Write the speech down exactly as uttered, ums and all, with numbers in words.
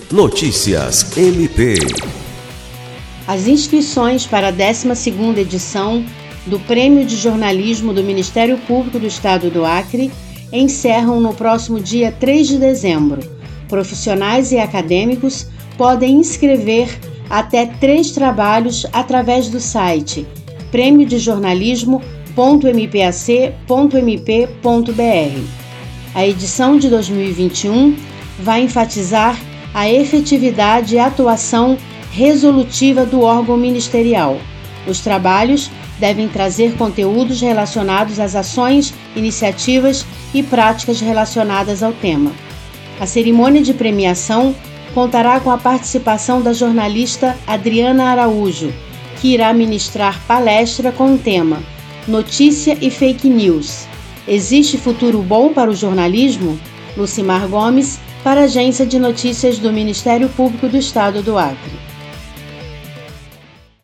Notícias M P. As inscrições para a décima segunda edição do Prêmio de Jornalismo do Ministério Público do Estado do Acre encerram no próximo dia três de dezembro. Profissionais e acadêmicos podem inscrever até três trabalhos através do site prêmio de jornalismo ponto m p a c ponto m p ponto b r. A edição de dois mil e vinte e um vai enfatizar a efetividade e atuação resolutiva do órgão ministerial. Os trabalhos devem trazer conteúdos relacionados às ações, iniciativas e práticas relacionadas ao tema. A cerimônia de premiação contará com a participação da jornalista Adriana Araújo, que irá ministrar palestra com o tema Notícia e Fake News. Existe futuro bom para o jornalismo? Lucimar Gomes, para a Agência de Notícias do Ministério Público do Estado do Acre.